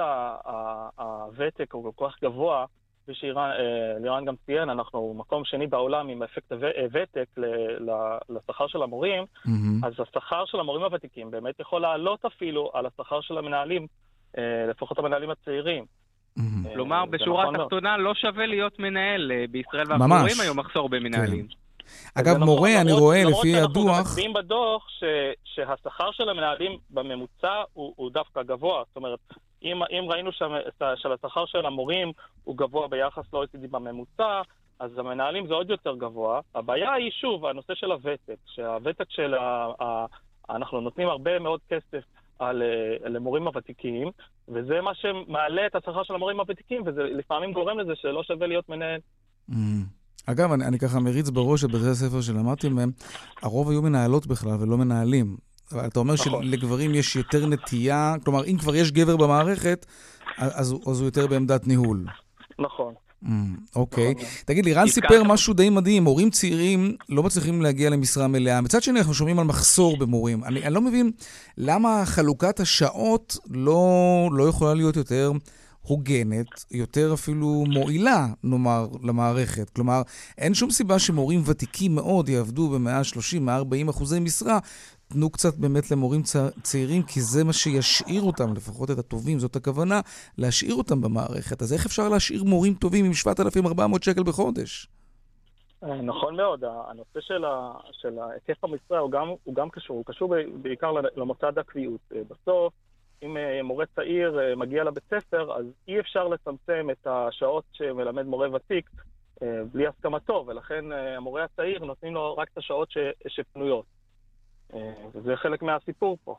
הוותק הוא כל כך גבוה, לירן גם ציין, אנחנו מקום שני בעולם עם אפקט הוותק לשכר של המורים, אז השכר של המורים הוותיקים באמת יכול לעלות אפילו על השכר של המנהלים, לפחות המנהלים הצעירים. כלומר, בשורה התחתונה לא שווה להיות מנהל בישראל, ואנחנו רואים היום מחסור במנהלים. אגב, מורה, אני רואה לפי הדוח... אנחנו מצביעים בדוח שהשכר של המנהלים בממוצע הוא דווקא גבוה. זאת אומרת, אם ראינו שהשכר של המורים הוא גבוה ביחס ל-OECD בממוצע, אז המנהלים זה עוד יותר גבוה. הבעיה היא שוב, הנושא של הוותק. שהוותק של... אנחנו נותנים הרבה מאוד כסף למורים הוותיקים, וזה מה שמעלה את השכר של המורים הוותיקים, וזה לפעמים גורם לזה שלא שווה להיות מנהל. אגב, אני ככה מריץ בראש את בתי הספר שלמדתי מהם, הרוב היו מנהלות בכלל ולא מנהלים. אבל אתה אומר שלגברים יש יותר נטייה, כלומר, אם כבר יש גבר במערכת, אז הוא יותר בעמדת ניהול. נכון. אוקיי. תגיד לי, רן סיפר משהו די מדהים, מורים צעירים לא מצליחים להגיע למשרה מלאה. מצד שני, אנחנו שומעים על מחסור במורים. אני לא מבין למה חלוקת השעות לא יכולה להיות יותר הוגנת, יותר אפילו מועילה, נאמר, למערכת. כלומר, אין שום סיבה שמורים ותיקים מאוד יעבדו ב-130-140% משרה. תנו קצת באמת למורים צעירים, כי זה מה שישאיר אותם, לפחות את הטובים, זאת הכוונה, להשאיר אותם במערכת. אז איך אפשר להשאיר מורים טובים עם 7,400 שקל בחודש? נכון מאוד. הנושא של היקף המשרה הוא גם קשור. הוא קשור בעיקר למוסד הקביעות. בסוף, אם מורה צעיר מגיע לבית ספר, אז אי אפשר לצמצם את השעות שמלמד מורה ותיק בלי הסכמתו, ולכן המורה הצעיר נותנים לו רק את השעות שפנויות. וזה חלק מהסיפור פה.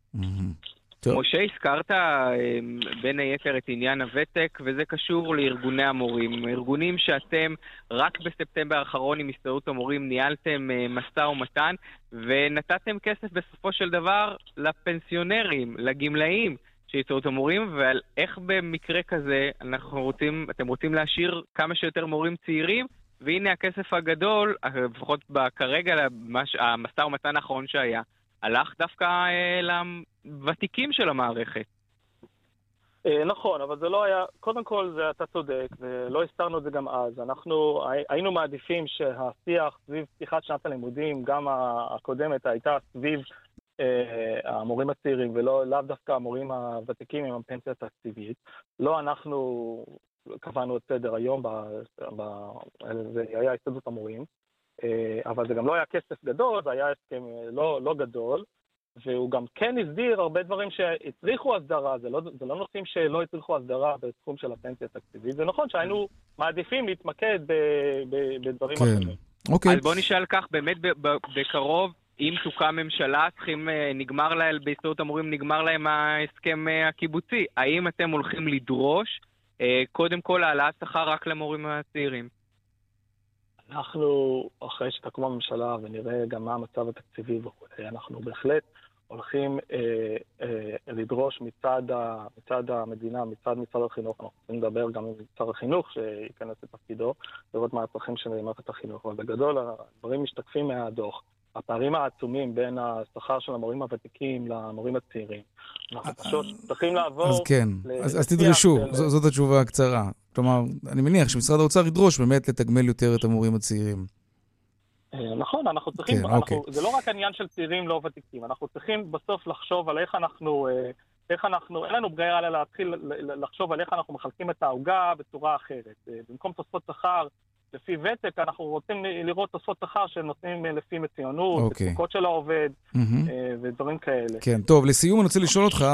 משה, הזכרת בין היתר את עניין הוותק, וזה קשור לארגוני המורים. ארגונים שאתם רק בספטמבר האחרון עם הסתדרות המורים ניהלתם משא ומתן, ונתתם כסף בסופו של דבר לפנסיונרים, לגמלאים של הסתדרות המורים, ועל איך במקרה כזה אתם רוצים להשאיר כמה שיותר מורים צעירים, והנה הכסף הגדול, לפחות כרגע המשא ומתן האחרון שהיה, הלך דווקא לוותיקים של המערכת. נכון, אבל זה לא היה, קודם כל זה אתה צודק, ולא הסתרנו את זה גם אז. אנחנו היינו מעדיפים שהשיח סביב פתיחת שנת הלימודים, גם הקודמת הייתה סביב המורים הצעירים, ולאו דווקא המורים הוותיקים עם הפנסיה התקציבית. לא אנחנו קבענו את סדר היום, זה היה הסתדרות המורים, אבל זה גם לא היה כסף גדול, זה היה הסכם לא גדול, והוא גם כן הסדיר הרבה דברים שהצריכו הסדרה, זה לא נושאים שלא הצריכו הסדרה בתחום של הפנסיה התקציבית, זה נכון שהיינו מעדיפים להתמקד בדברים אחרים. אוקיי. אז בוא נשאל כך, באמת בקרוב אם תוקם ממשלה, בהסתדרות המורים נגמר להם ההסכם הקיבוצי. האם אתם הולכים לדרוש קודם כל העלאת שכר רק למורים הצעירים? אנחנו, אחרי שתקום הממשלה ונראה גם מה המצב התקציבי וכו', אנחנו בהחלט הולכים לדרוש מצד המדינה, מצד משרד החינוך. אנחנו צריכים לדבר גם עם שר החינוך שייכנס לתפקידו, לראות מה הצרכים של מערכת החינוך. אבל בגדול, הדברים משתקפים מהדוח. הפערים העצומים בין השכר של המורים הוותיקים למורים הצעירים. אנחנו פשוט צריכים לעבור... אז כן, אז תדרשו, זאת התשובה הקצרה. כלומר, אני מניח שמשרד האוצר ידרוש באמת לתגמל יותר את המורים הצעירים. נכון, אנחנו צריכים, זה לא רק העניין של צעירים לא ותיקים, אנחנו צריכים בסוף לחשוב על איך אנחנו, אין לנו ברירה אלא להתחיל לחשוב על איך אנחנו מחלקים את העוגה בצורה אחרת. במקום תוספות שכר לפי ותק, אנחנו רוצים לראות תוספות שכר שנותנים לפי מצוינות, תפוקות של העובד ודברים כאלה. כן, טוב, לסיום אני רוצה לשאול אותך,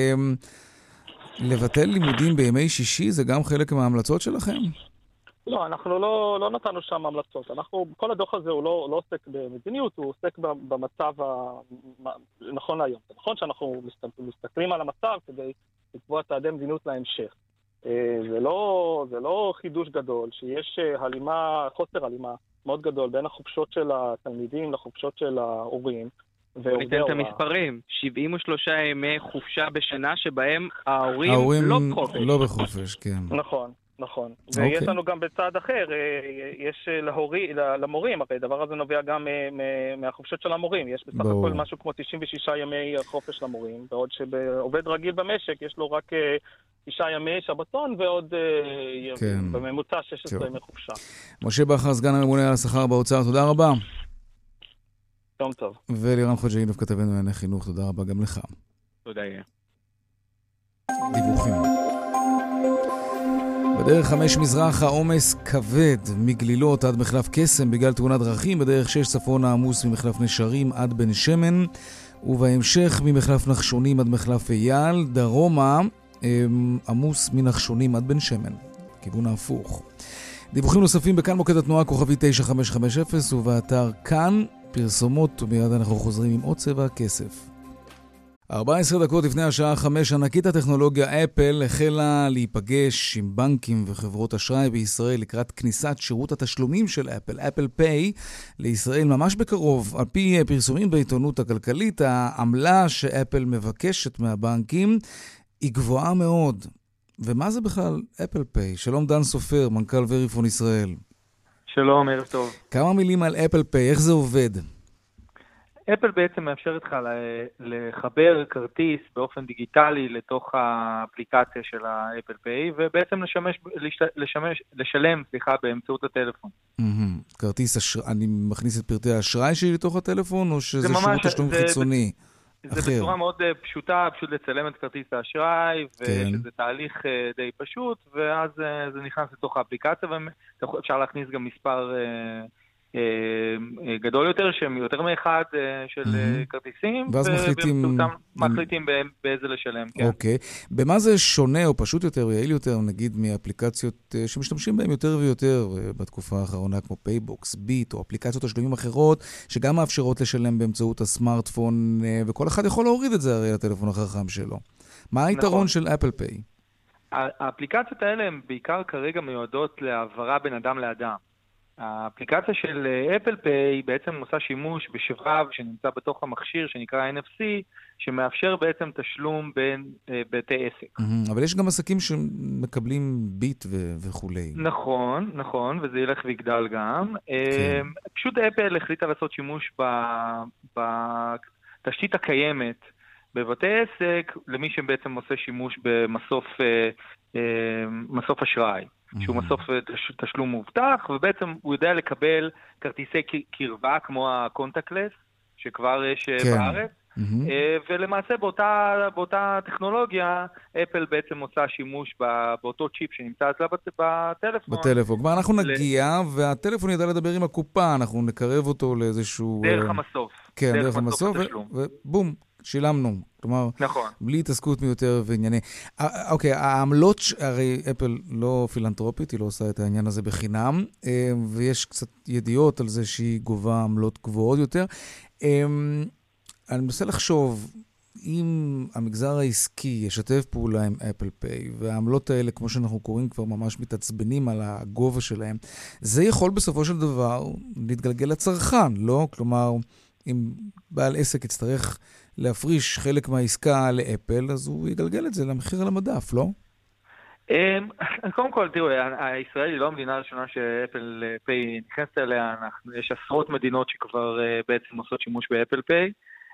לבטל לימודים בימי שישי זה גם חלק מההמלצות שלכם? לא, אנחנו לא נתנו שם המלצות. כל הדוח הזה הוא לא עוסק במדיניות, הוא עוסק במצב נכון להיום. זה נכון שאנחנו מסתכלים על המצב כדי לקבוע צעדי מדיניות להמשך. זה לא חידוש גדול, שיש חוסר הלימה מאוד גדול בין החופשות של התלמידים לחופשות של ההורים. ניתן את המספרים, 73 ימי חופשה בשנה שבהם ההורים לא בחופש. כן. נכון. ויש לנו גם בצד אחר, יש למורים, הרי הדבר הזה נובע גם מהחופשות של המורים. יש בסך הכל משהו כמו 96 ימי חופש למורים, בעוד שבעובד רגיל במשק יש לו רק 9 ימי שבתון ועוד בממוצע 16 ימי חופשה. משה בכר, סגן הממונה על השכר באוצר, תודה רבה. יום טוב. ולירן חוג'אינוב, כתבנו לענייני חינוך, תודה רבה גם לך. תודה. דיווחים. בדרך 5 מזרח העומס כבד מגלילות עד מחלף קסם בגלל תאונת דרכים, בדרך 6 צפון העמוס ממחלף נשרים עד בן שמן, ובהמשך ממחלף נחשונים עד מחלף אייל, דרומה עמוס מנחשונים עד בן שמן, כיוון ההפוך. דיווחים נוספים בכאן מוקד התנועה כוכבי 9550 ובאתר כאן פרסומות, ומיד אנחנו חוזרים עם עוד צבע הכסף. 14 דקות לפני השעה 5, ענקית הטכנולוגיה אפל החלה להיפגש עם בנקים וחברות אשראי בישראל לקראת כניסת שירות התשלומים של אפל, אפל פיי, לישראל ממש בקרוב. על פי פרסומים בעיתונות הכלכלית, העמלה שאפל מבקשת מהבנקים היא גבוהה מאוד. ומה זה בכלל אפל פיי? שלום דן סופר, מנכ"ל וריפון ישראל. שלום, ערב טוב. כמה מילים על אפל פיי, איך זה עובד? אפל בעצם מאפשרת לך לחבר כרטיס באופן דיגיטלי לתוך האפליקציה של האפל פיי, ובעצם לשלם באמצעות הטלפון. כרטיס, אני מכניס את פרטי האשראי שלי לתוך הטלפון, או שזה שירות תשלום חיצוני? זה בצורה מאוד פשוטה, פשוט לצלם את כרטיס האשראי, ושזה תהליך די פשוט, ואז זה נכנס לתוך האפליקציה, ואפשר להכניס גם מספר גדול יותר, שהם יותר מאחד של כרטיסים, ואז מחליטים באיזה לשלם. אוקיי. במה זה שונה או פשוט יותר או יעיל יותר, נגיד, מאפליקציות שמשתמשים בהן יותר ויותר בתקופה האחרונה, כמו פייבוקס, ביט, או אפליקציות תשלומים אחרות, שגם מאפשרות לשלם באמצעות הסמארטפון, וכל אחד יכול להוריד את זה הרי לטלפון החכם שלו. מה היתרון של אפל פיי? האפליקציות האלה הן בעיקר כרגע מיועדות להעברה בין אדם לאדם. האפליקציה של אפל פיי בעצם עושה שימוש בשבב שנמצא בתוך המכשיר שנקרא NFC, שמאפשר בעצם תשלום בין בתי עסק. אבל יש גם עסקים שמקבלים ביט וכולי. נכון, וזה ילך ויגדל גם. פשוט אפל החליטה לעשות שימוש בתשתית הקיימת בבתי עסק, למי שבעצם עושה שימוש במסוף אשראי. שהוא מסוף תשלום מובטח, ובעצם הוא יודע לקבל כרטיסי קרבה כמו הקונטקטלס, שכבר יש בארץ, ולמעשה באותה טכנולוגיה, אפל בעצם עושה שימוש באותו צ'יפ שנמצא אצלה בטלפון. כבר אנחנו נגיע, והטלפון ידע לדבר עם הקופה, אנחנו נקרב אותו לאיזשהו... דרך המסוף. כן, דרך המסוף, ובום. שילמנו. כלומר, נכון. בלי התעסקות מיותר וענייני. אוקיי, העמלות, הרי אפל לא פילנטרופית, היא לא עושה את העניין הזה בחינם, ויש קצת ידיעות על זה שהיא גובה עמלות גבוהות יותר. אני מנסה לחשוב, אם המגזר העסקי ישתף פעולה עם אפל פיי, והעמלות האלה, כמו שאנחנו קוראים, כבר ממש מתעצבנים על הגובה שלהם, זה יכול בסופו של דבר להתגלגל לצרכן, לא? כלומר, אם בעל עסק יצטרך להפריש חלק מהעסקה לאפל, אז הוא יגלגל את זה למחיר על המדף, לא? קודם כל, תראו, ישראל היא לא המדינה הראשונה שאפל פיי נכנסת אליה, יש עשרות מדינות שכבר בעצם עושות שימוש באפל פיי,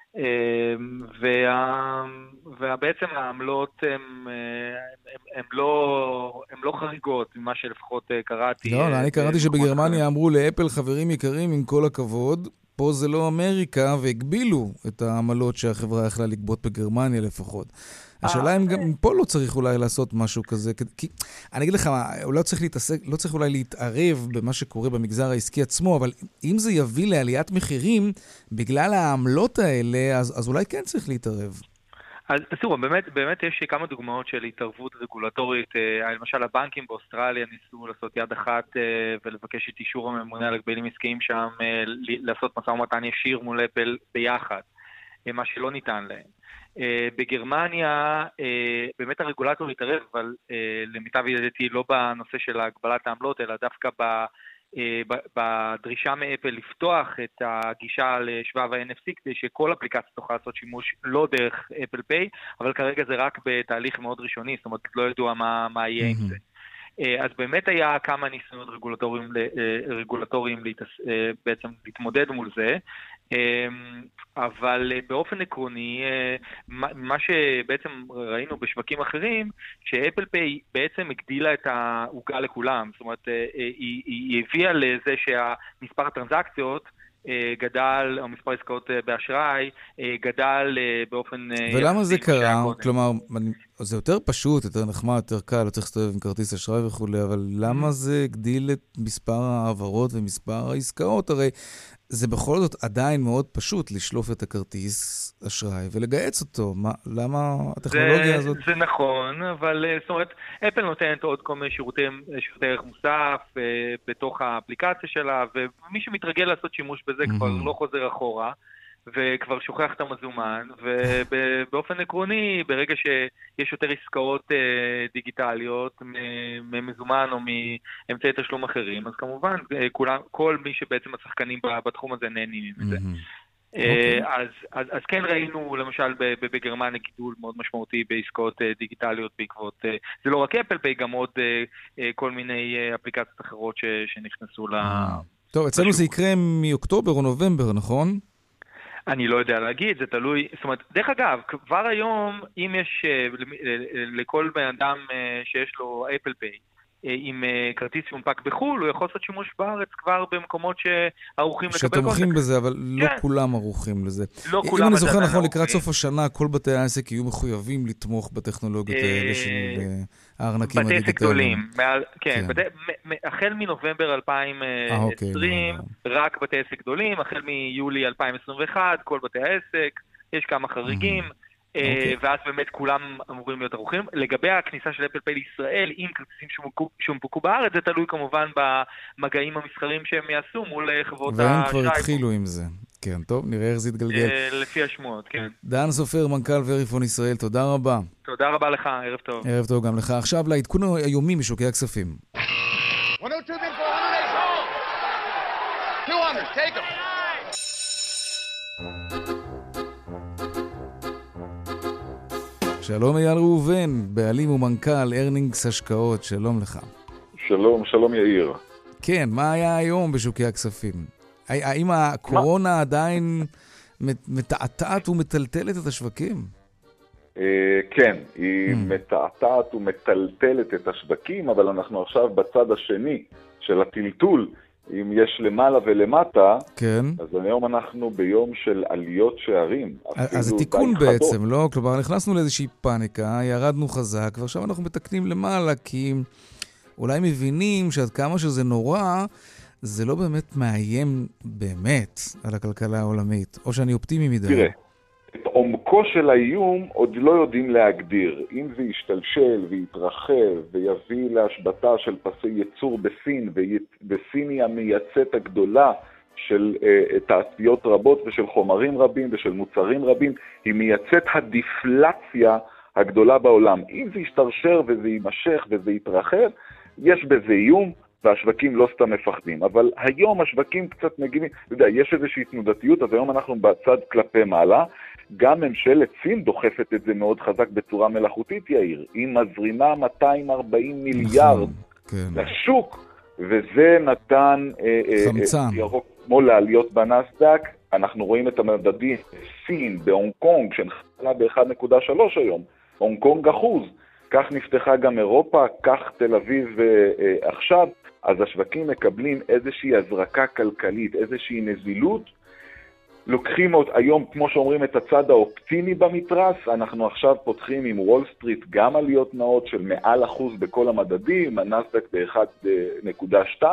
ובעצם העמלות הן לא חריגות ממה שלפחות קראתי. לא, אני קראתי שבגרמניה אמרו לאפל, חברים יקרים, עם כל הכבוד, פה זה לא אמריקה, והגבילו את העמלות שהחברה יכלה לגבות בגרמניה לפחות. השאלה אם גם פה לא צריך אולי לעשות משהו כזה, כי אני אגיד לך, לא צריך אולי להתערב במה שקורה במגזר העסקי עצמו, אבל אם זה יביא לעליית מחירים בגלל העמלות האלה, אז אולי כן צריך להתערב. אז תראו, באמת יש כמה דוגמאות של התערבות רגולטורית. למשל, הבנקים באוסטרליה ניסו לעשות יד אחת ולבקש את אישור הממונה על הגבלים עסקיים שם, לעשות משא ומתן ישיר מול אפל ביחד, מה שלא ניתן להם. בגרמניה באמת הרגולטור התערב, אבל למיטב ידיעתי לא בנושא של הגבלת העמלות, אלא דווקא בדרישה מאפל לפתוח את הגישה לשבב ה-NFC, כדי שכל אפליקציה תוכל לעשות שימוש לא דרך אפל פיי, אבל כרגע זה רק בתהליך מאוד ראשוני, זאת אומרת לא ידוע מה יהיה עם זה. אז באמת היה כמה ניסיונות רגולטוריים בעצם להתמודד מול זה, אבל באופן עקרוני, מה שבעצם ראינו בשווקים אחרים, שאפל פיי בעצם הגדילה את העוגה לכולם, זאת אומרת, היא הביאה לזה שהמספר הטרנזקציות גדל, או מספר עסקאות באשראי, גדל באופן... ולמה זה קרה? כלומר, זה יותר פשוט, יותר נחמד, יותר קל, לא צריך להסתובב עם כרטיס אשראי וכו', אבל למה זה הגדיל את מספר העברות ומספר העסקאות? הרי זה בכל זאת עדיין מאוד פשוט לשלוף את הכרטיס אשראי ולגייץ אותו. למה הטכנולוגיה הזאת? זה נכון, אבל זאת אומרת, אפל נותנת עוד כל מיני שירותי ערך מוסף בתוך האפליקציה שלה, ומי שמתרגל לעשות שימוש בזה כבר לא חוזר אחורה, וכבר שוכח את המזומן, ובאופן עקרוני, ברגע שיש יותר עסקאות דיגיטליות ממזומן או מאמצעי תשלום אחרים, אז כמובן, כל מי שבעצם השחקנים בתחום הזה נהנים מזה. אז כן ראינו למשל בגרמניה גידול מאוד משמעותי בעסקאות דיגיטליות בעקבות, זה לא רק אפל פיי, גם עוד כל מיני אפליקציות אחרות שנכנסו טוב, אצלנו זה יקרה מאוקטובר או נובמבר, נכון? אני לא יודע להגיד, זה תלוי, זאת אומרת, דרך אגב, כבר היום, אם יש לכל בן אדם שיש לו אפל פיי, עם כרטיס מונפק בחול, הוא יכול לעשות שימוש בארץ כבר במקומות שערוכים לקבל קונטקט. שתומכים בזה, אבל לא כולם ערוכים לזה. אם אני זוכר נכון, לקראת סוף השנה, כל בתי העסק יהיו מחויבים לתמוך בטכנולוגיות האלה של הארנקים הדיגיטליים. בתי עסק גדולים, כן, החל מנובמבר 2020, רק בתי עסק גדולים, החל מיולי 2021, כל בתי העסק, יש כמה חריגים, ואז באמת כולם אמורים להיות ערוכים. לגבי הכניסה של אפל פיי לישראל, עם כרטיסים שהונפקו בארץ, זה תלוי כמובן במגעים המסחרים שהם יעשו מול חברות האשראי. והם כבר התחילו עם זה. כן, טוב, נראה איך זה יתגלגל. לפי השמועות, כן. דן סופר, מנכ"ל וריפון ישראל, תודה רבה. תודה רבה לך, ערב טוב. ערב טוב גם לך. עכשיו לעדכון היומי משוקי הכספים. 102 200, take them. שלום אייל ראובן, בעלים ומנכ"ל ארנינגס השקעות, שלום לך. שלום יאיר. כן, מה היה היום בשוקי הכספים? האם הקורונה עדיין מתעתעת ומטלטלת את השווקים? כן, היא מתעתעת ומטלטלת את השווקים, אבל אנחנו עכשיו בצד השני של הטלטול. אם יש למעלה ולמטה, כן. אז היום אנחנו ביום של עליות שערים. אז זה תיקון בעצם, לא? כלומר, נכנסנו לאיזושהי פאניקה, ירדנו חזק, ועכשיו אנחנו מתקנים למעלה, כי אולי מבינים שעד כמה שזה נורא, זה לא באמת מאיים באמת על הכלכלה העולמית, או שאני אופטימי מדי. תראה, את עומקו של האיום עוד לא יודעים להגדיר. אם זה ישתלשל ויתרחב ויביא להשבתה של פסי ייצור בסין, וסין היא המייצאת הגדולה של תעשיות רבות ושל חומרים רבים ושל מוצרים רבים, היא מייצאת הדיפלציה הגדולה בעולם. אם זה ישתרשר וזה יימשך וזה יתרחב, יש בזה איום, והשווקים לא סתם מפחדים. אבל היום השווקים קצת מגיבים, אתה יודע, יש איזושהי תנודתיות, אז היום אנחנו בצד כלפי מעלה, גם ממשלת סין דוחפת את זה מאוד חזק בצורה מלאכותית, יאיר. היא מזרימה 240 מיליארד לשוק, וזה נתן חמצן. ירוק כמו לעליות בנסדק. אנחנו רואים את המדדים בסין, בהונג קונג, שנחלה ב-1.3 היום, הונג קונג אחוז. כך נפתחה גם אירופה, כך תל אביב עכשיו, אז השווקים מקבלים איזושהי הזרקה כלכלית, איזושהי נזילות, לוקחים היום, כמו שאומרים, את הצד האופטימי במתרס, אנחנו עכשיו פותחים עם וול סטריט גם עליות נאות של מעל 1% בכל המדדים, הנסדק ב-1.2,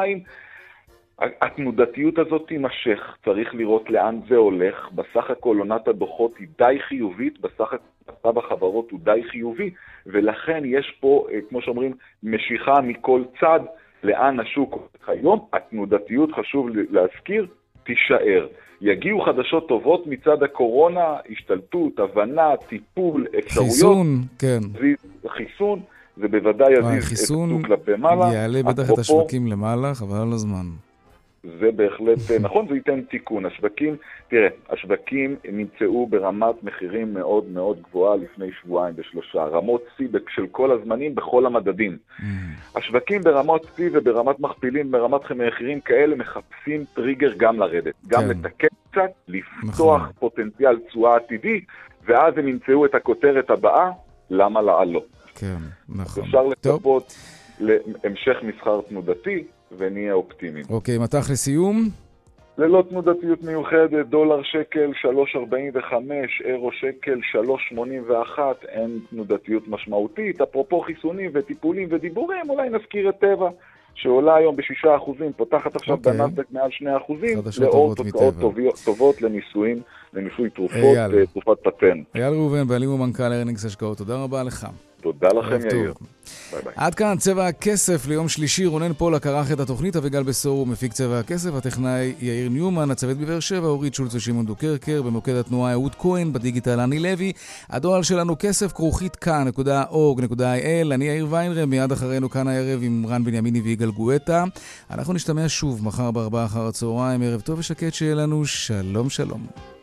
התנודתיות הזאת תימשך, צריך לראות לאן זה הולך, בסך הכל עונת הדוחות היא די חיובית, בסך הכל בחברות הוא די חיובי, ולכן יש פה, כמו שאומרים, משיכה מכל צד, לאן השוק הולך היום, התנודתיות חשוב להזכיר, תישאר. יגיעו חדשות טובות מצד הקורונה, השתלטות, הבנה, טיפול, אפשרויות. חיסון, כן. חיסון, זה בוודאי יזיז את השוק כלפי מעלה. יעלה בטח את השווקים למעלה, חבל על הזמן. זה בהחלט נכון, זה ייתן תיקון. השווקים נמצאו ברמת מחירים מאוד מאוד גבוהה לפני שבועיים ושלושה, רמות שיא של כל הזמנים בכל המדדים. השווקים ברמות שיא וברמת מכפילים, ברמת מחירים כאלה, מחפשים טריגר גם לרדת, גם לתקן קצת, לפתוח פוטנציאל תשואה עתידי, ואז הם ימצאו את הכותרת הבאה, למה לעלות. כן, נכון. אפשר לצפות להמשך מסחר תנודתי, ונהיה אופטימיים. אוקיי, מתח לסיום? ללא תנודתיות מיוחדת, דולר שקל 3.45, אירו שקל 3.81, אין תנודתיות משמעותית. אפרופו חיסונים וטיפולים ודיבורים, אולי נזכיר את טבע, שעולה היום ב6%, פותחת עכשיו בנסדק מעל 2%, לאור תוצאות טובות לניסוי תרופות, תרופת פטנט. אייל ראובן, בעלים ומנכ"ל ארנינגס השקעות, תודה רבה לך. תודה לכם, יאיר. ביי ביי. עד כאן צבע הכסף ליום שלישי. רונן פול ערך את התוכנית, אביגל בסור מפיק צבע הכסף, הטכנאי יאיר ניומן, הצוות בבאר שבע, אורית שולץ ושמעון דוקרקר, במוקד התנועה אהוד כהן, בדיגיטל אני לוי. הדואל שלנו כסף@כאן.org.il. אני יאיר ויינרב, מיד אחרינו כאן הערב עם רן בנימיני ויגאל גואטה. אנחנו נשתמע שוב מחר ב4 אחר הצהריים. ערב טוב ושקט שיהיה לנו. שלום שלום.